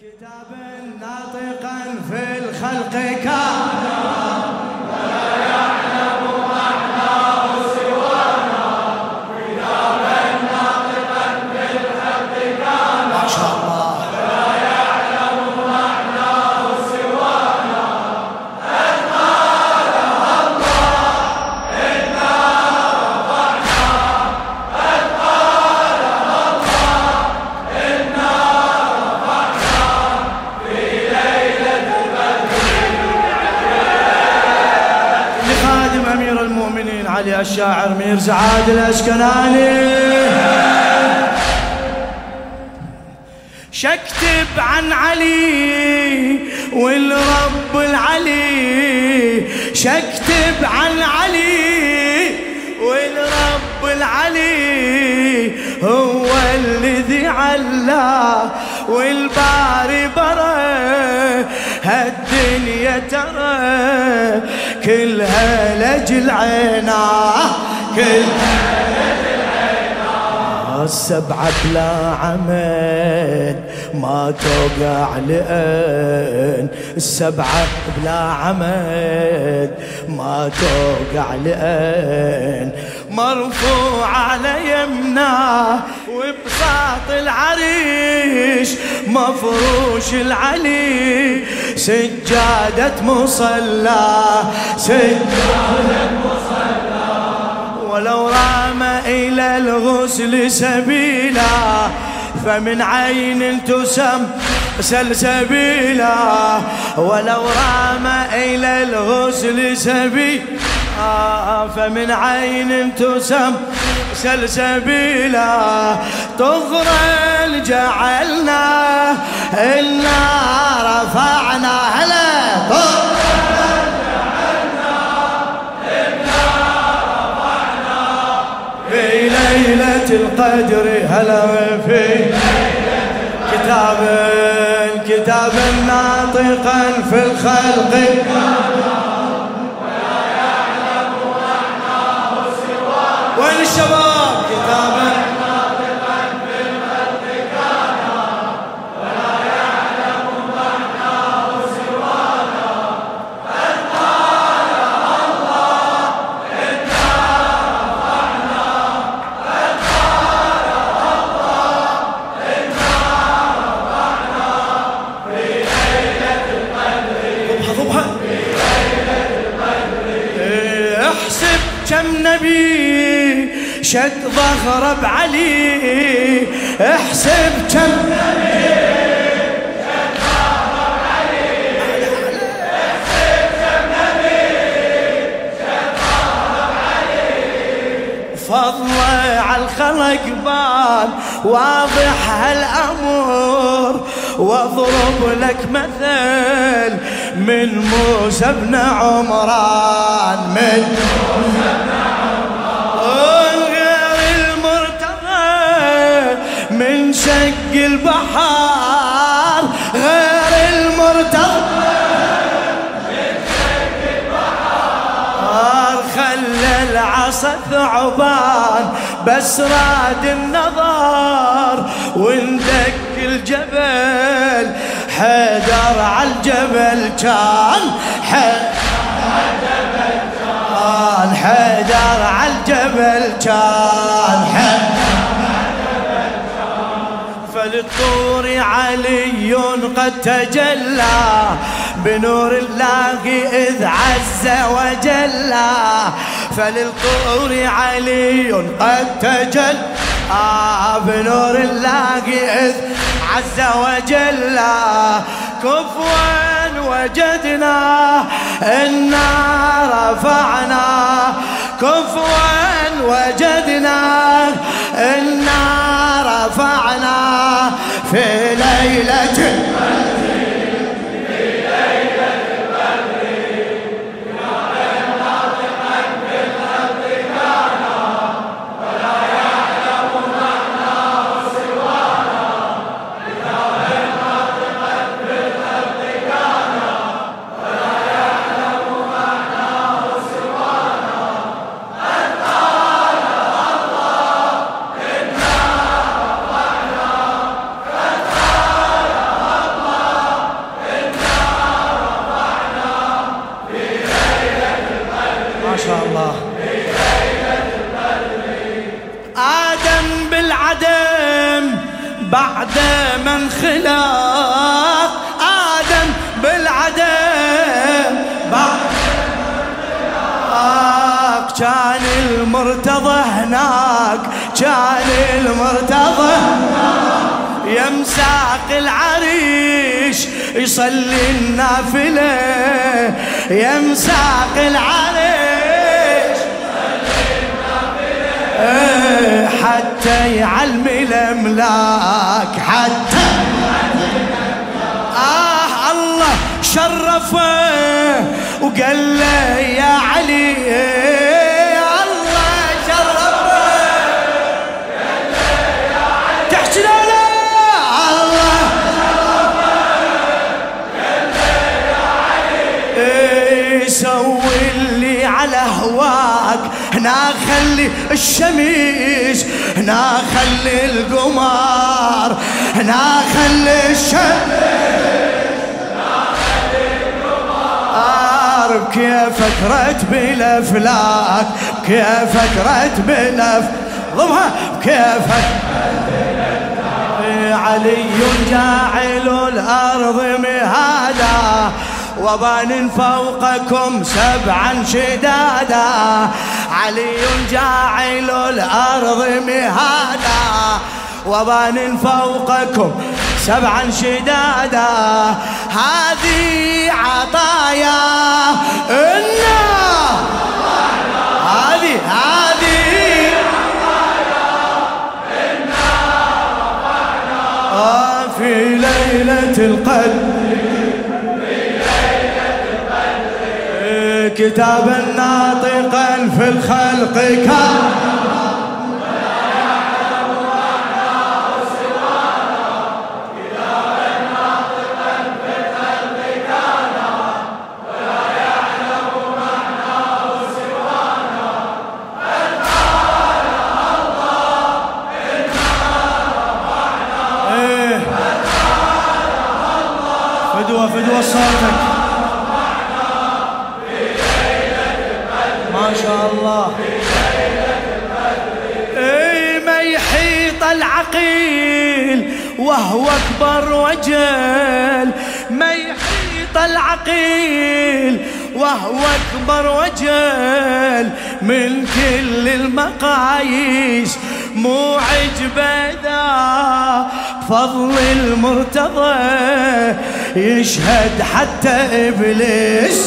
كتابا ناطقا في الخلق كان ولا يعلم معناه سوانا. كتابا ناطقا في الخلق كان ما شاء الله ولا يعلم معناه سوانا. قد قالها الله إنا رفعنا. قد قالها الله إنا رفعنا في ليلة القدر. لخادم أمير المؤمنين علي الشاعر ميرزا عادل الأشكناني. شكتب عن علي والرب العلي. شكتب عن علي والرب العلي. هو الذي علاه والباري برا. هالدنيا ترى كلها لجل عيناه. كلها لجل عيناه. السبعة بلا عمد ما توقع لأن. السبعة بلا عمد ما توقع لأن. مرفوع على يمناه وبساط العريش مفروش العلي. سجادة مصلى. سجادة مصلى. ولو رام إلى الغسل سبيلا فمن عين تسم سلسبيلا. ولو رام إلى الغسل سبيلا فمن عين تسم سلسبيلا. طغرا جعلنا إنا رفعنا. هلا طغرا جعلنا إنا رفعنا في ليلة القدر. هلا في كتابا ناطقا في الخلق ولا يعلم معناه سوانا. وين الشباب؟ كتابا ناطقا في الخلق كان ولا يعلم معناه سوانا. قد قالها الله إنا رفعنا. قد قالها الله إنا رفعنا في ليلة القدر. ضبها في ليلة القدر. احسب كم نبي شد ظهره بعلي. احسب كم نبي شد ظهره بعلي. احسب كم نبي شد ظهره بعلي. فضله على الخلق بان واضح هالأمر. واضرب لك مثل من موسى بن عمران. من موسى بن عمران غير المرتضى من شق البحر. غير المرتضى من شق البحر. خلى العصا ثعبان بس راد النظر. واندق الجبل حيدر على الجبل كان. حيدر على الجبل كان. فللطور علي قد تجلى بنور الله إذ عز وجل. فللطور علي قد تجلى بنور الله إذ عز وجل. كفوا وجدنا إنا رفعنا. كفوا وجدنا إنا رفعنا في ليلة من خلق آدم بالعدم كان المرتضى هناك، كان المرتضى يمساق العريش يصلي النافلة، يمساق العريش يصلي النافلة حتى يعلم الأملاك، حتى الله شرفه وقال له يا علي، الله شرفه قال له يا علي، تحكي له الله شرفه قال له يا علي، سوي اللي على هواك، هنا خلي الشمس، هنا خلي القمر، هنا خلي الشمس، بكيفك رتب الافلاك، بكيفك رتب ضمها، بكيفك علي جاعل الارض مهادا وبان فوقكم سبعا شدادا، علي جاعل الارض مهادا وبان فوقكم سبعا شدادا، هذه عطايا إنا هذه عطايا إنا رفعنا في ليلة القدر، في ليلة القدر كتابا ناطقا في الخلق كان فدوى صوتك ما شاء الله. اي ما يحيط العقيل وهو اكبر وجل، ما يحيط العقيل وهو اكبر وجل من كل المقاييس، مو عجبه ذا فضل المرتضى يشهد حتى إبليس،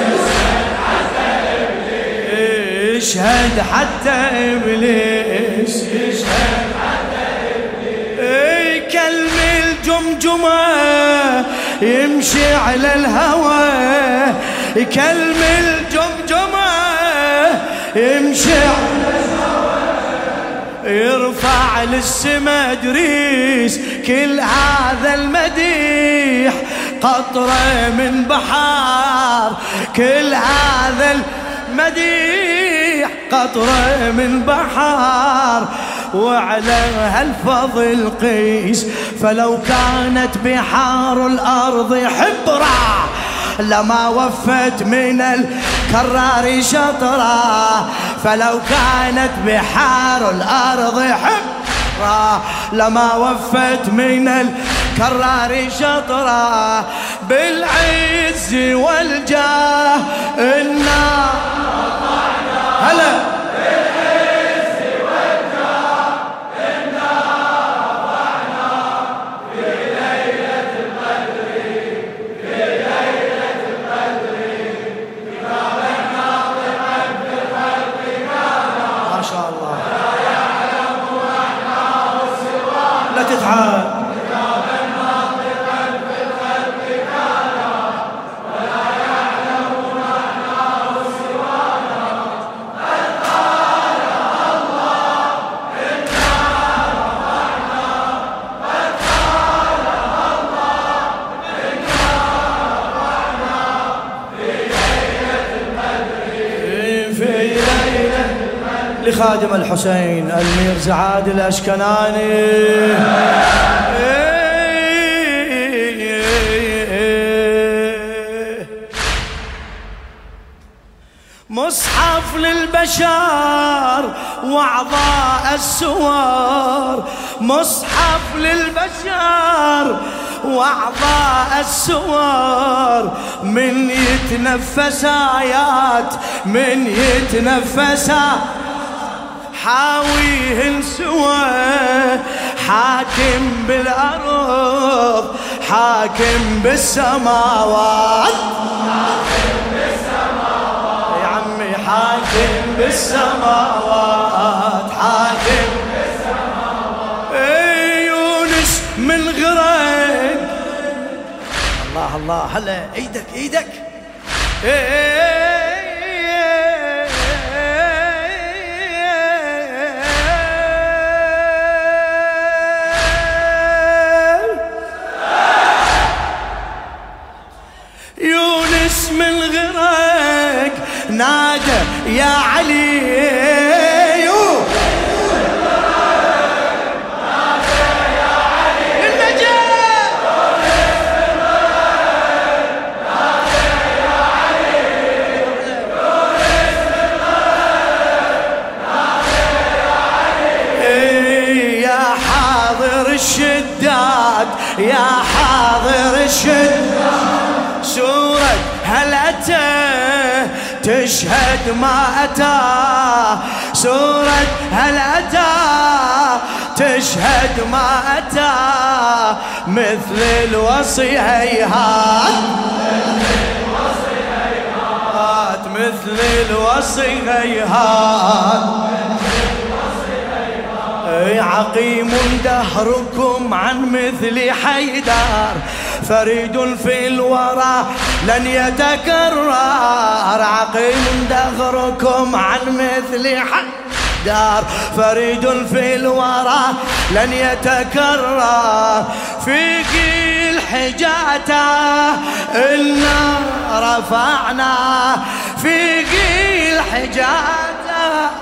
يشهد حتى إبليس، يشهد حتى إبليس، كلم الجمجمة يمشي على الهوى، كلم الجمجمة يمشي على الهوى، يرفع للسما دريس كل هذا المديح، قطرة من بحار كل هذا المديح، قطرة من بحار وعلى هالفضل قيس، فلو كانت بحار الأرض حبرة لما وفت من الكرار شطرة، فلو كانت بحار الأرض حبرة لما وفت من الكرار شطرة، بالعز والجاه النار هلا بالعز والجاه النار رفعنا في ليلة القدر، في ليلة القدر كتابا ناطقا بالخلق كان، ما شاء الله لا يعلم معناه سواه، لا تتعب لخادم الحسين الميرزا عادل الأشكناني. مصحف للبشر وأعضاء السور، مصحف للبشر وأعضاء السور، من يتنفس آيات من يتنفس حاويهن سوى، حاكم بالأرض حاكم بالسماوات، يا عمي حاكم بالسماوات، حاكم بالسماوات. يونس من غرق، الله الله هلا ايدك ايدك. يونس من غرق نادى يا علي، الشداد يا حاضر الشداد، سورة هل أتى تشهد ما أتى، سورة هل أتى تشهد ما أتى، مثل الوصي هيهات، مثل الوصي هيهات. عقيم دهركم عن مثل حيدر، فريد في الورى لن يتكرر، عقيم دهركم عن مثل حيدر، فريد في الورى لن يتكرر، فيك الحجاته إنا رفعنا، فيك الحجاته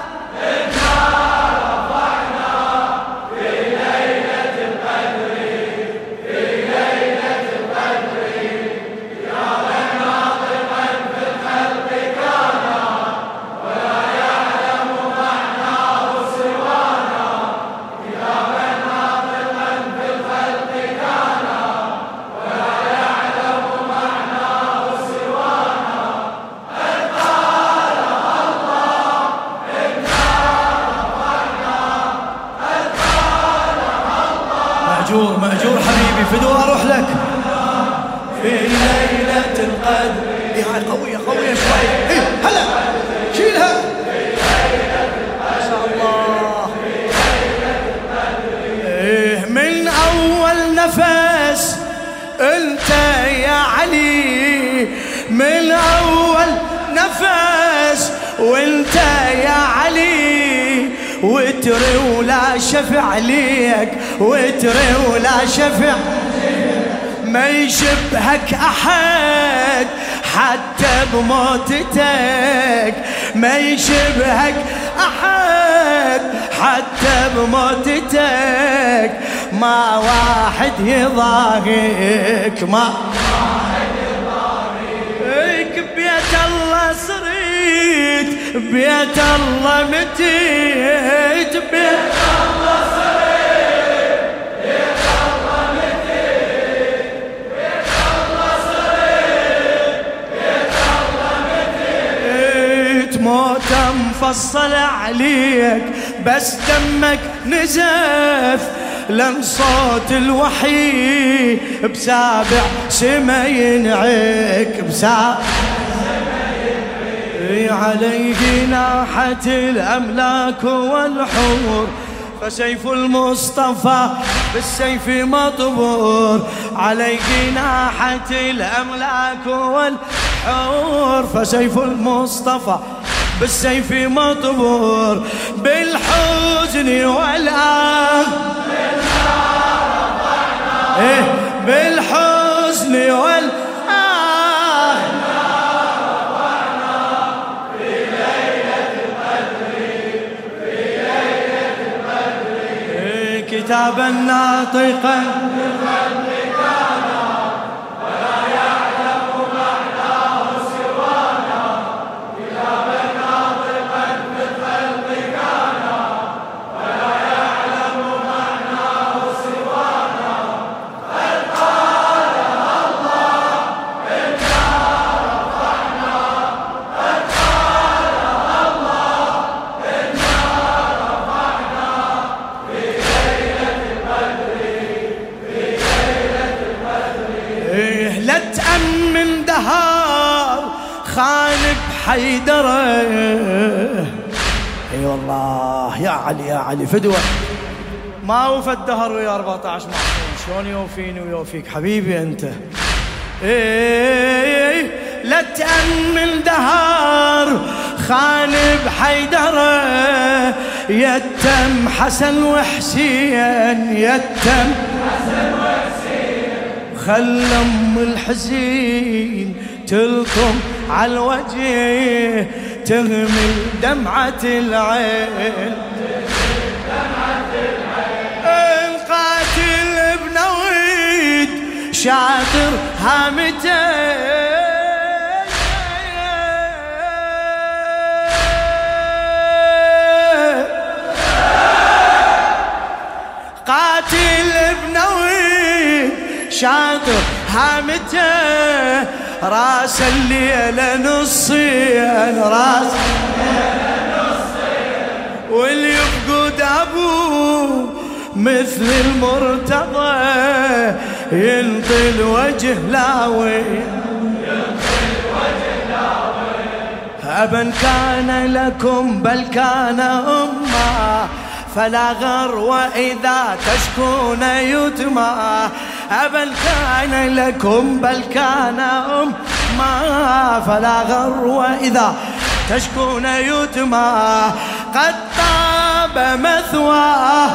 مأجور حبيبي فدوى أروح لك في ليلة القدر. يعني قوية قوية شوي، هلا شيلها في ليلة القدر، ما شاء الله. من أول نفس أنت يا علي، من أول نفس وأنت يا علي، وتري ولا شفع ليك، وتري ولا شفع، ما يشبهك أحد حتى بموتتك، ما يشبهك أحد حتى بموتتك، ما واحد يضاهيك، ما واحد يضاهيك، بيت الله صريت، بيت الله متيت، بيت الله صريت، بيت الله متيت، بيت الله صريت، بيت الله متيت، موت مفصل عليك بس دمك نزف، لن صوت الوحي بسابع سما ينعك، بسابع عليه ناحت الأملاك والحور، فسيف المصطفى بالسيف مطبور، عليه ناحت الأملاك والحور، فسيف المصطفى بالسيف مطبور، بالحزن والآه بالحزن والآه كتابا ناطقا بالخلق كان، ولا يعلم معناه سوانا، كتابا يتأمن دهار خان بحيدره. اي والله يا علي يا علي فدوة، ما وفى الدهر ويا 14 معصوم، شلون يوفيني ويوفيك حبيبي انت. اي لا تأمن دهر خان بحيدره، يتم حسن وحسين، يتم حسن وحسين، خل ام الحزين تلطم على الوجه، تهمل دمعة العين. القاتل بنويد شاطر هامته، قاتل بنويد شاطر هامته، راس الليلة نصين، راس الليلة نصين، واللي يفقد أبوه مثل المرتضى، ينطي الوجه لاوي، أبا كان لكم بل كان أمة، فلا غر وإذا تشكون يتمى، أبا كان لكم بل كان أمة، فلا غر وإذا تشكون يتمى، قد طاب مثواه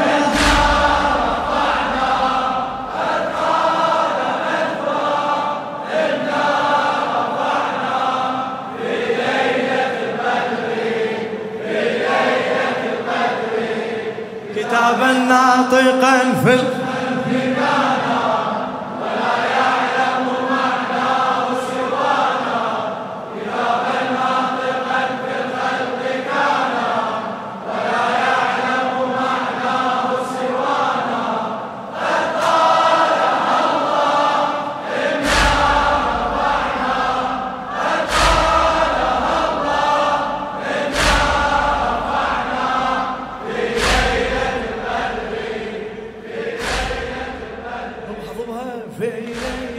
كتابا ناطقا في القلب كان، ولا يعلم معناه سوانا، كتابا ناطقا في القلب كان، ولا يعلم معناه سوانا، قد قالها الله إنا رفعنا، قد قالها الله إنا رفعنا في ليلة في ليلة